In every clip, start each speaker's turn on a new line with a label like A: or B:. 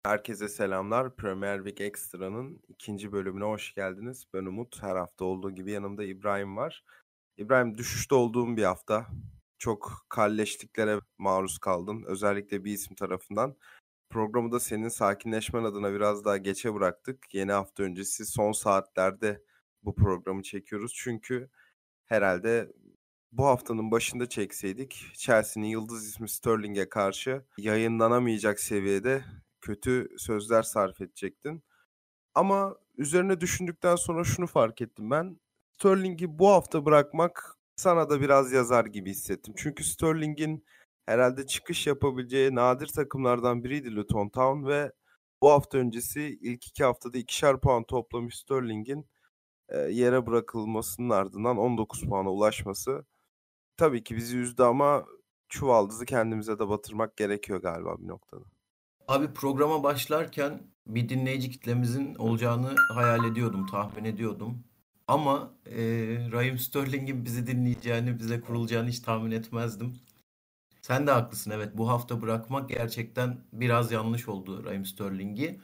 A: Herkese selamlar. Premier Lig Extra'nın ikinci bölümüne hoş geldiniz. Ben Umut. Her hafta olduğu gibi yanımda İbrahim var. İbrahim, düşüşte olduğum bir hafta. Çok kalleşliklere maruz kaldın. Özellikle bir isim tarafından. Programı da senin sakinleşmen adına biraz daha geçe bıraktık. Yeni hafta öncesi son saatlerde bu programı çekiyoruz. Çünkü herhalde bu haftanın başında çekseydik Chelsea'nin yıldız ismi Sterling'e karşı yayınlanamayacak seviyede kötü sözler sarf edecektin. Ama üzerine düşündükten sonra şunu fark ettim ben. Sterling'i bu hafta bırakmak sana da biraz yazar gibi hissettim. Çünkü Sterling'in herhalde çıkış yapabileceği nadir takımlardan biriydi Luton Town ve bu hafta öncesi ilk 2 haftada 2'şer puan toplamış Sterling'in yere bırakılmasının ardından 19 puana ulaşması tabii ki bizi üzdü ama çuvaldızı kendimize de batırmak gerekiyor galiba bir noktada.
B: Abi programa başlarken bir dinleyici kitlemizin olacağını hayal ediyordum, tahmin ediyordum. Ama Raheem Sterling'in bizi dinleyeceğini, bize kurulacağını hiç tahmin etmezdim. Sen de haklısın, evet, bu hafta bırakmak gerçekten biraz yanlış oldu Raheem Sterling'i.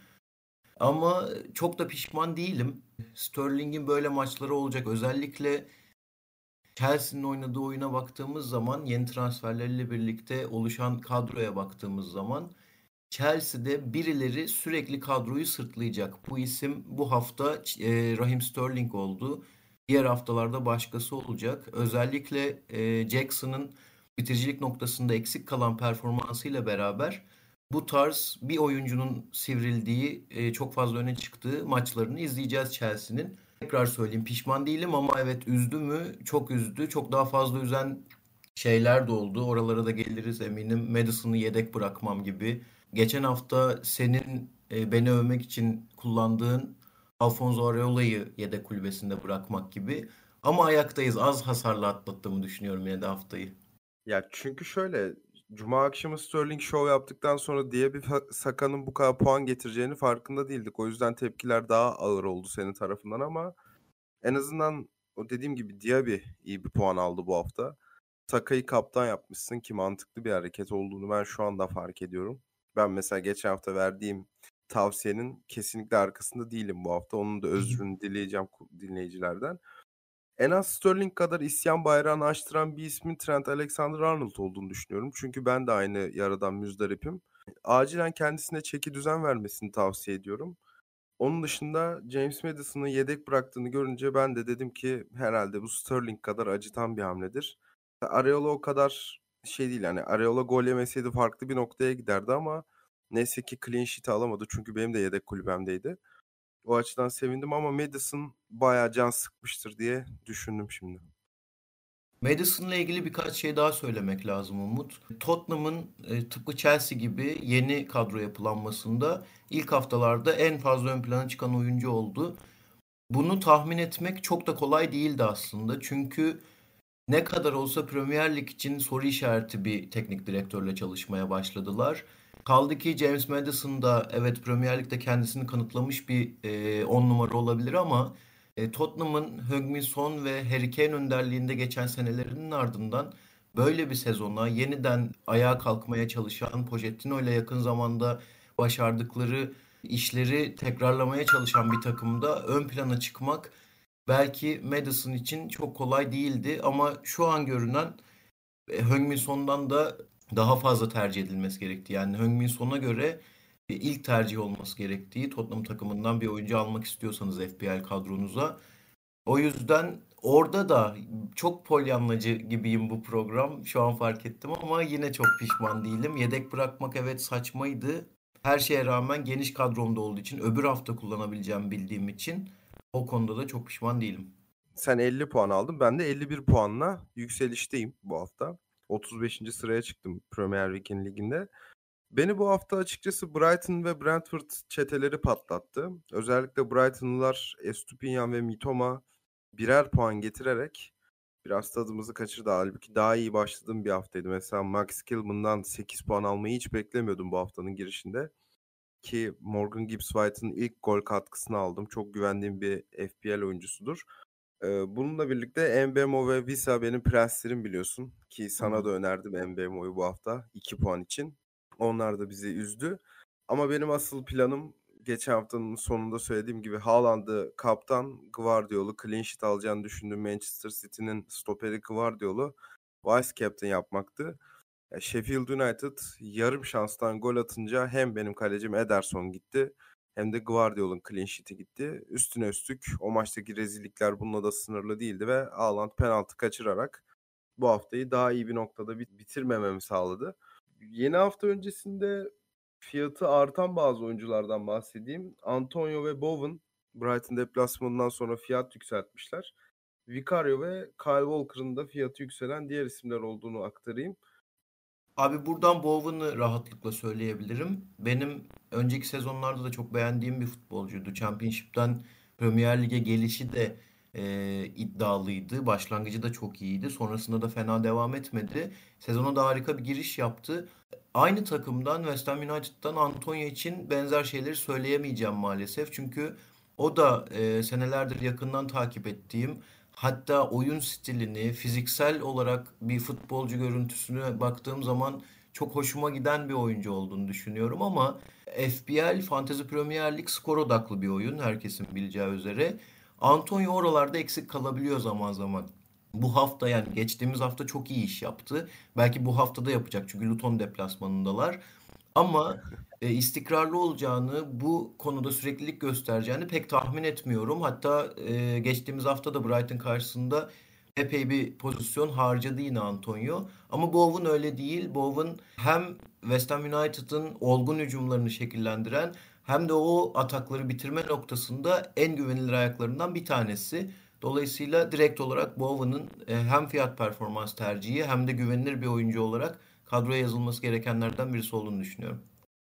B: Ama çok da pişman değilim. Sterling'in böyle maçları olacak. Özellikle Chelsea'nin oynadığı oyuna baktığımız zaman, yeni transferlerle birlikte oluşan kadroya baktığımız zaman Chelsea'de birileri sürekli kadroyu sırtlayacak. Bu isim bu hafta Raheem Sterling oldu. Diğer haftalarda başkası olacak. Özellikle Jackson'ın bitiricilik noktasında eksik kalan performansıyla beraber bu tarz bir oyuncunun sivrildiği, çok fazla öne çıktığı maçlarını izleyeceğiz Chelsea'nin. Tekrar söyleyeyim, pişman değilim ama evet, üzdü mü? Çok üzdü. Çok daha fazla üzen şeyler de oldu. Oralara da geliriz eminim. Madison'ı yedek bırakmam gibi. Geçen hafta senin beni övmek için kullandığın Alfonso Areola'yı yedek kulübesinde bırakmak gibi. Ama ayaktayız. Az hasarla atlattığımı düşünüyorum yine de haftayı.
A: Ya çünkü şöyle Cuma akşamı Sterling Show yaptıktan sonra diye bir Saka'nın bu kadar puan getireceğini farkında değildik. O yüzden tepkiler daha ağır oldu senin tarafından ama en azından o dediğim gibi Diaby iyi bir puan aldı bu hafta. Saka'yı kaptan yapmışsın ki mantıklı bir hareket olduğunu ben şu anda fark ediyorum. Ben mesela geçen hafta verdiğim tavsiyenin kesinlikle arkasında değilim bu hafta. Onun da özrünü dileyeceğim dinleyicilerden. En az Sterling kadar isyan bayrağını açtıran bir ismin Trent Alexander-Arnold olduğunu düşünüyorum. Çünkü ben de aynı yaradan müzdaripim. Acilen kendisine çeki düzen vermesini tavsiye ediyorum. Onun dışında James Maddison'ı yedek bıraktığını görünce ben de dedim ki herhalde bu Sterling kadar acıtan bir hamledir. Areola o kadar şey değil, hani Areola gol yemeseydi farklı bir noktaya giderdi ama neyse ki clean sheet alamadı çünkü benim de yedek kulübemdeydi. O açıdan sevindim ama Maddison bayağı can sıkmıştır diye düşündüm şimdi.
B: Madison'la ilgili birkaç şey daha söylemek lazım Umut. Tottenham'ın tıpkı Chelsea gibi yeni kadro yapılanmasında ilk haftalarda en fazla ön plana çıkan oyuncu oldu. Bunu tahmin etmek çok da kolay değildi aslında. Çünkü ne kadar olsa Premier Lig için soru işareti bir teknik direktörle çalışmaya başladılar. Kaldı ki James Maddison da evet Premier Lig'de kendisini kanıtlamış bir 10 numara olabilir ama Tottenham'ın Heung-min Son ve Harry Kane önderliğinde geçen senelerinin ardından böyle bir sezona yeniden ayağa kalkmaya çalışan, Pochettino ile yakın zamanda başardıkları işleri tekrarlamaya çalışan bir takımda ön plana çıkmak belki Madison için çok kolay değildi ama şu an görünen Heung-min Son'dan da daha fazla tercih edilmesi gerektiği. Yani Heung-min Son'a göre ilk tercih olması gerektiği Tottenham takımından bir oyuncu almak istiyorsanız FPL kadronuza. O yüzden orada da çok polyanlacı gibiyim bu program. Şu an fark ettim ama yine çok pişman değilim. Yedek bırakmak evet saçmaydı. Her şeye rağmen geniş kadromda olduğu için, öbür hafta kullanabileceğimi bildiğim için o konuda da çok pişman değilim.
A: Sen 50 puan aldın. Ben de 51 puanla yükselişteyim bu hafta. 35. sıraya çıktım Premier Lig'in. Beni bu hafta açıkçası Brighton ve Brentford çeteleri patlattı. Özellikle Brightonlılar Estupiñan ve Mitoma birer puan getirerek biraz tadımızı kaçırdı. Halbuki daha iyi başladığım bir haftaydı. Mesela Max Kilman'dan 8 puan almayı hiç beklemiyordum bu haftanın girişinde. Ki Morgan Gibbs-White'ın ilk gol katkısını aldım. Çok güvendiğim bir FPL oyuncusudur. Bununla birlikte Mbemo ve Wissa benim prenslerim biliyorsun. Ki
B: Hı
A: sana
B: hı.
A: da önerdim Mbemo'yu bu hafta 2 puan için. Onlar da bizi üzdü. Ama benim asıl planım geçen haftanın sonunda söylediğim gibi Haaland'ı kaptan, Gvardiol'u clean sheet alacağını düşündüğüm Manchester City'nin stoperi Gvardiol'u vice captain yapmaktı. Sheffield United yarım şanstan gol atınca hem benim kalecim Ederson gitti hem de Gvardiol'un clean sheet'i gitti. Üstüne üstlük o maçtaki rezillikler bununla da sınırlı değildi ve Haaland penaltı kaçırarak bu haftayı daha iyi bir noktada bitirmememi sağladı. Yeni hafta öncesinde fiyatı artan bazı oyunculardan bahsedeyim. Antonio ve Bowen Brighton deplasmanından sonra fiyat yükseltmişler. Vicario ve Kyle Walker'ın da fiyatı yükselen diğer isimler olduğunu aktarayım.
B: Abi buradan Bowen'ı rahatlıkla söyleyebilirim. Benim önceki sezonlarda da çok beğendiğim bir futbolcuydu. Championship'ten Premier Lig'e gelişi de iddialıydı. Başlangıcı da çok iyiydi. Sonrasında da fena devam etmedi. Sezona da harika bir giriş yaptı. Aynı takımdan West Ham United'dan Antonio için benzer şeyleri söyleyemeyeceğim maalesef. Çünkü o da senelerdir yakından takip ettiğim, hatta oyun stilini, fiziksel olarak bir futbolcu görüntüsüne baktığım zaman çok hoşuma giden bir oyuncu olduğunu düşünüyorum ama FPL Fantasy Premier Lig skor odaklı bir oyun herkesin bileceği üzere. Antonio oralarda eksik kalabiliyor zaman zaman. Bu hafta, yani geçtiğimiz hafta çok iyi iş yaptı. Belki bu hafta da yapacak çünkü Luton deplasmanındalar. Ama istikrarlı olacağını, bu konuda süreklilik göstereceğini pek tahmin etmiyorum. Hatta geçtiğimiz hafta da Brighton karşısında epey bir pozisyon harcadı yine Antonio. Ama Bowen öyle değil. Bowen hem West Ham United'ın olgun hücumlarını şekillendiren hem de o atakları bitirme noktasında en güvenilir ayaklarından bir tanesi. Dolayısıyla direkt olarak Bowen'ın hem fiyat performans tercihi hem de güvenilir bir oyuncu olarak kadroya yazılması gerekenlerden birisi olduğunu düşünüyorum.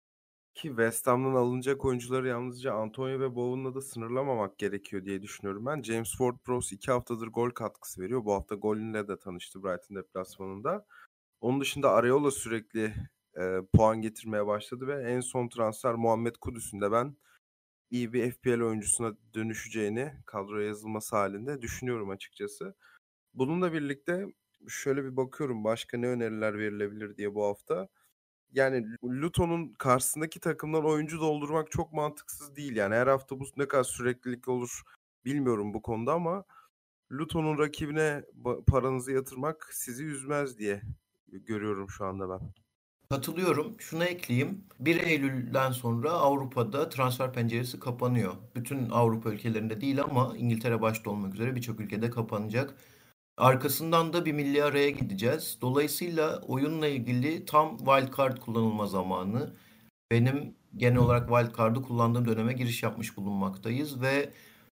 A: Ki West Ham'dan alınacak oyuncuları yalnızca Antonio ve Bowen'la da sınırlamamak gerekiyor diye düşünüyorum ben. James Ward-Prowse 2 haftadır gol katkısı veriyor. Bu hafta golünle de tanıştı Brighton deplasmanında. Onun dışında Areola sürekli puan getirmeye başladı ve en son transfer Muhammed Kudüs'ün de ben iyi bir FPL oyuncusuna dönüşeceğini kadroya yazılması halinde düşünüyorum açıkçası. Bununla birlikte şöyle bir bakıyorum başka ne öneriler verilebilir diye bu hafta. Yani Luton'un karşısındaki takımdan oyuncu doldurmak çok mantıksız değil. Yani her hafta bu ne kadar süreklilik olur bilmiyorum bu konuda ama Luton'un rakibine paranızı yatırmak sizi üzmez diye görüyorum şu anda ben.
B: Katılıyorum. Şuna ekleyeyim. 1 Eylül'den sonra Avrupa'da transfer penceresi kapanıyor. Bütün Avrupa ülkelerinde değil ama İngiltere başta olmak üzere birçok ülkede kapanacak. Arkasından da bir milli araya gideceğiz. Dolayısıyla oyunla ilgili tam wildcard kullanılma zamanı. Benim genel olarak wildcard'ı kullandığım döneme giriş yapmış bulunmaktayız ve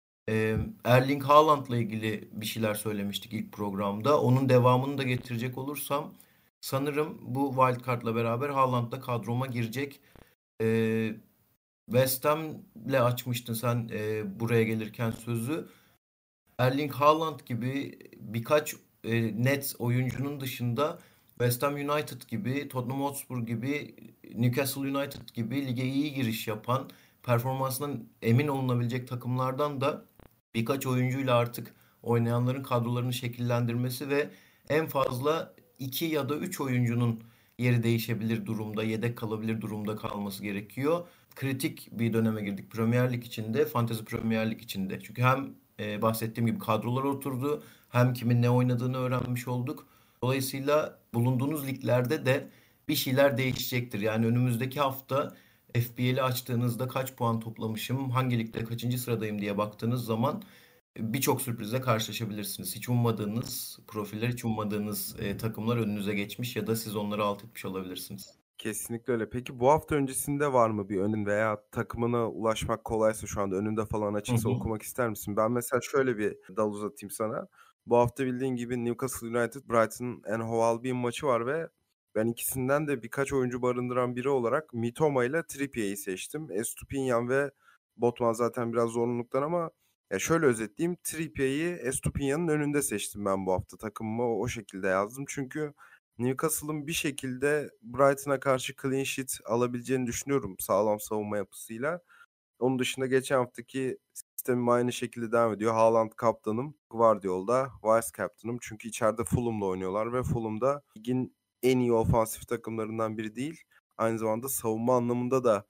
B: Erling Haaland'la ilgili bir şeyler söylemiştik ilk programda. Onun devamını da getirecek olursam sanırım bu wildcard'la beraber Haaland da kadroma girecek. Ee, West Ham'le açmıştın sen buraya gelirken sözü. Erling Haaland gibi birkaç net oyuncunun dışında West Ham United gibi, Tottenham Hotspur gibi, Newcastle United gibi lige iyi giriş yapan, performansından emin olunabilecek takımlardan da birkaç oyuncuyla artık oynayanların kadrolarını şekillendirmesi ve en fazla 2 ya da 3 oyuncunun yeri değişebilir durumda, yedek kalabilir durumda kalması gerekiyor. Kritik bir döneme girdik Premier Lig içinde, Fantasy Premier Lig içinde. Çünkü hem bahsettiğim gibi kadrolar oturdu, hem kimin ne oynadığını öğrenmiş olduk. Dolayısıyla bulunduğunuz liglerde de bir şeyler değişecektir. Yani önümüzdeki hafta FPL'i açtığınızda kaç puan toplamışım, hangi ligde kaçıncı sıradayım diye baktığınız zaman birçok sürprizle karşılaşabilirsiniz. Hiç ummadığınız profiller, hiç ummadığınız takımlar önünüze geçmiş ya da siz onları alt etmiş olabilirsiniz.
A: Kesinlikle öyle. Peki bu hafta öncesinde var mı bir önün veya takımına ulaşmak kolaysa şu anda önünde falan
B: Hı
A: açıksa
B: hı.
A: okumak ister misin? Ben mesela şöyle bir dal uzatayım sana. Bu hafta bildiğin gibi Newcastle United Brighton and Hove Albion maçı var ve ben ikisinden de birkaç oyuncu barındıran biri olarak Mitoma ile Trippier'i seçtim. Estupiñan ve Botman zaten biraz zorunluluktan ama ya şöyle özetleyeyim. Trippier'i Estupiñan'ın önünde seçtim ben bu hafta. Takımıma o şekilde yazdım. Çünkü Newcastle'ın bir şekilde Brighton'a karşı clean sheet alabileceğini düşünüyorum sağlam savunma yapısıyla. Onun dışında geçen haftaki sistemim aynı şekilde devam ediyor. Haaland kaptanım, Guardiola'da vice captain'ım. Çünkü içeride Fulham'la oynuyorlar ve Fulham'da ligin en iyi ofansif takımlarından biri değil. Aynı zamanda savunma anlamında da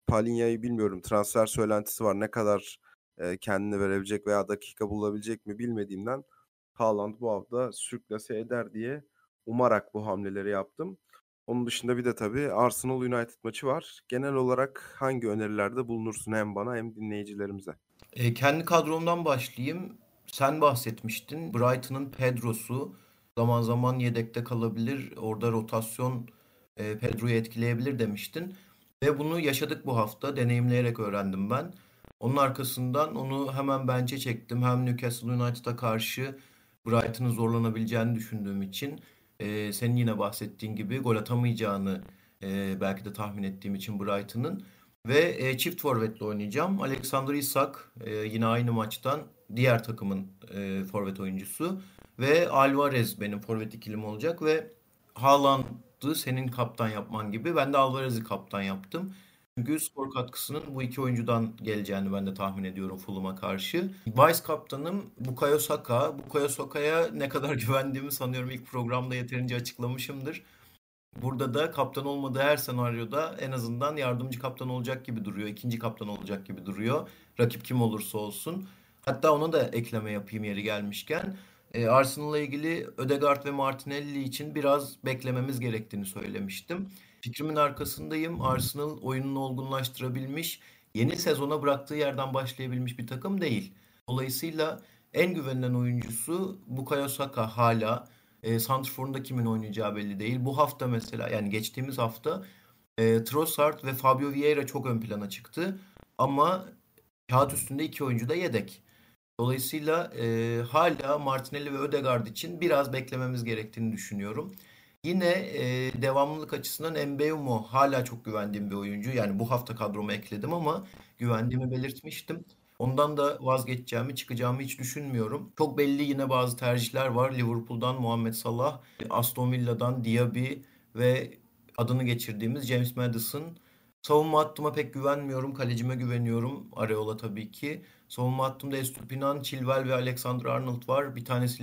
A: Palhinha'yı bilmiyorum. Transfer söylentisi var. Ne kadar kendini verebilecek veya dakika bulabilecek mi bilmediğimden Haaland bu hafta sürklase eder diye umarak bu hamleleri yaptım. Onun dışında bir de tabii Arsenal United maçı var. Genel olarak hangi önerilerde bulunursun hem bana hem dinleyicilerimize?
B: Kendi kadromdan başlayayım. Sen bahsetmiştin. Brighton'ın Pedro'su zaman zaman yedekte kalabilir. Orada rotasyon Pedro'yu etkileyebilir demiştin. Ve bunu yaşadık bu hafta. Deneyimleyerek öğrendim ben. Onun arkasından onu hemen bence çektim. Hem Newcastle United'a karşı Brighton'ın zorlanabileceğini düşündüğüm için senin yine bahsettiğin gibi gol atamayacağını belki de tahmin ettiğim için Brighton'ın ve çift forvetle oynayacağım. Alexander Isak yine aynı maçtan diğer takımın forvet oyuncusu ve Alvarez benim forvet ikilim olacak ve Haaland'ı senin kaptan yapman gibi ben de Alvarez'i kaptan yaptım. Çünkü skor katkısının bu iki oyuncudan geleceğini ben de tahmin ediyorum Fulham'a karşı. Vice kaptanım Bukayo Saka. Bukayo Saka'ya ne kadar güvendiğimi sanıyorum ilk programda yeterince açıklamışımdır. Burada da kaptan olmadığı her senaryoda en azından yardımcı kaptan olacak gibi duruyor. İkinci kaptan olacak gibi duruyor. Rakip kim olursa olsun. Hatta ona da ekleme yapayım yeri gelmişken. Arsenal'la ilgili Ødegaard ve Martinelli için biraz beklememiz gerektiğini söylemiştim. Fikrimin arkasındayım. Arsenal oyununu olgunlaştırabilmiş, yeni sezona bıraktığı yerden başlayabilmiş bir takım değil. Dolayısıyla en güvenilen oyuncusu Bukayo Saka hala. Santrfor'un kimin oynayacağı belli değil. Bu hafta mesela yani geçtiğimiz hafta Trossard ve Fabio Vieira çok ön plana çıktı. Ama kağıt üstünde iki oyuncu da yedek. Dolayısıyla hala Martinelli ve Ødegaard için biraz beklememiz gerektiğini düşünüyorum. Yine devamlılık açısından Mbeumo hala çok güvendiğim bir oyuncu. Yani bu hafta kadroma ekledim ama güvendiğimi belirtmiştim. Ondan da vazgeçeceğimi, çıkacağımı hiç düşünmüyorum. Çok belli yine bazı tercihler var. Liverpool'dan Muhammed Salah, Aston Villa'dan Diaby ve adını geçirdiğimiz James Maddison. Savunma hattıma pek güvenmiyorum. Kalecime güveniyorum. Areola tabii ki. Savunma hattımda Estupinan, Chilwell ve Alexander-Arnold var.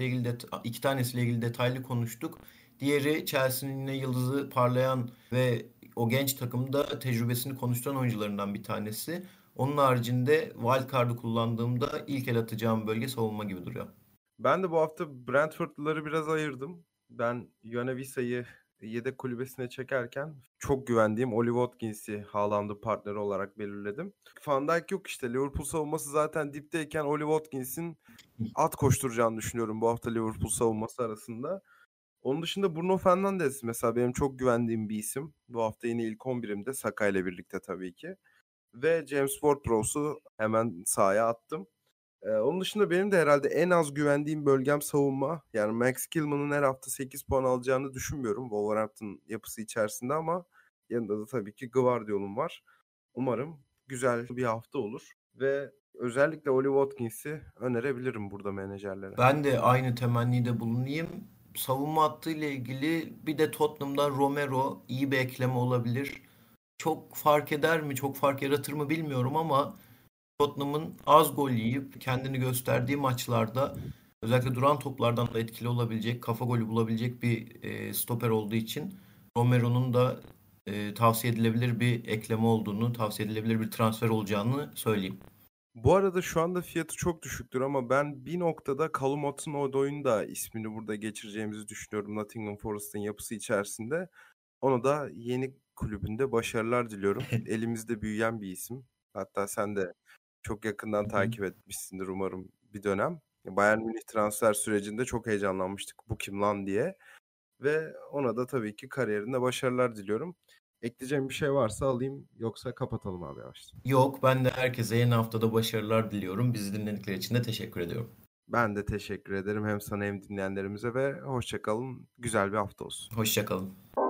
B: İki tanesiyle ilgili detaylı konuştuk. Diğeri Chelsea'nin yine yıldızı parlayan ve o genç takımda tecrübesini konuşturan oyuncularından bir tanesi. Onun haricinde wildcard'ı kullandığımda ilk el atacağım bölge savunma gibi duruyor.
A: Ben de bu hafta Brentford'ları biraz ayırdım. Ben Ioane yedek kulübesine çekerken çok güvendiğim Oli Watkins'i Haaland'ın partneri olarak belirledim. Van Dijk yok işte. Liverpool savunması zaten dipteyken Oli Watkins'in at koşturacağını düşünüyorum bu hafta Liverpool savunması arasında. Onun dışında Bruno Fernandes mesela benim çok güvendiğim bir isim. Bu hafta yine ilk 11'imde Saka ile birlikte tabii ki. Ve James Ward-Prowse'u hemen sahaya attım. Onun dışında benim de herhalde en az güvendiğim bölgem savunma. Yani Max Kilman'ın her hafta 8 puan alacağını düşünmüyorum Wolverhampton yapısı içerisinde ama yanında da tabii ki Gvardiol'um var. Umarım güzel bir hafta olur ve özellikle Oli Watkins'i önerebilirim burada menajerlere.
B: Ben de aynı temennide bulunayım. Savunma hattı ile ilgili bir de Tottenham'dan Romero iyi bir ekleme olabilir. Çok fark eder mi, çok fark yaratır mı bilmiyorum ama Tottenham'ın az gol yiyip kendini gösterdiği maçlarda özellikle duran toplardan da etkili olabilecek, kafa golü bulabilecek bir stoper olduğu için Romero'nun da tavsiye edilebilir bir ekleme olduğunu, tavsiye edilebilir bir transfer olacağını söyleyeyim.
A: Bu arada şu anda fiyatı çok düşüktür ama ben bir noktada Callum Hudson-Odoi'nin da ismini burada geçireceğimizi düşünüyorum Nottingham Forest'ın yapısı içerisinde. Ona da yeni kulübünde başarılar diliyorum. Elimizde büyüyen bir isim. Hatta sen de çok yakından
B: Hı hı.
A: takip etmişsindir umarım bir dönem. Bayern Münih transfer sürecinde çok heyecanlanmıştık bu kim lan diye. Ve ona da tabii ki kariyerinde başarılar diliyorum. Ekleyeceğim bir şey varsa alayım yoksa kapatalım abi yavaştan.
B: Yok, ben de herkese yeni haftada başarılar diliyorum. Bizi dinledikleri için de teşekkür ediyorum.
A: Ben de teşekkür ederim hem sana hem dinleyenlerimize ve hoşça kalın. Güzel bir hafta olsun.
B: Hoşça kalın.